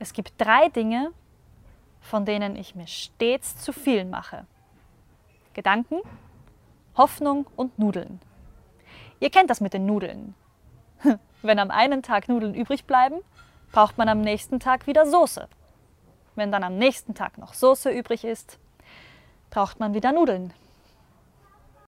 Es gibt 3 Dinge, von denen ich mir stets zu viel mache. Gedanken, Hoffnung und Nudeln. Ihr kennt das mit den Nudeln. Wenn am einen Tag Nudeln übrig bleiben, braucht man am nächsten Tag wieder Soße. Wenn dann am nächsten Tag noch Soße übrig ist, braucht man wieder Nudeln.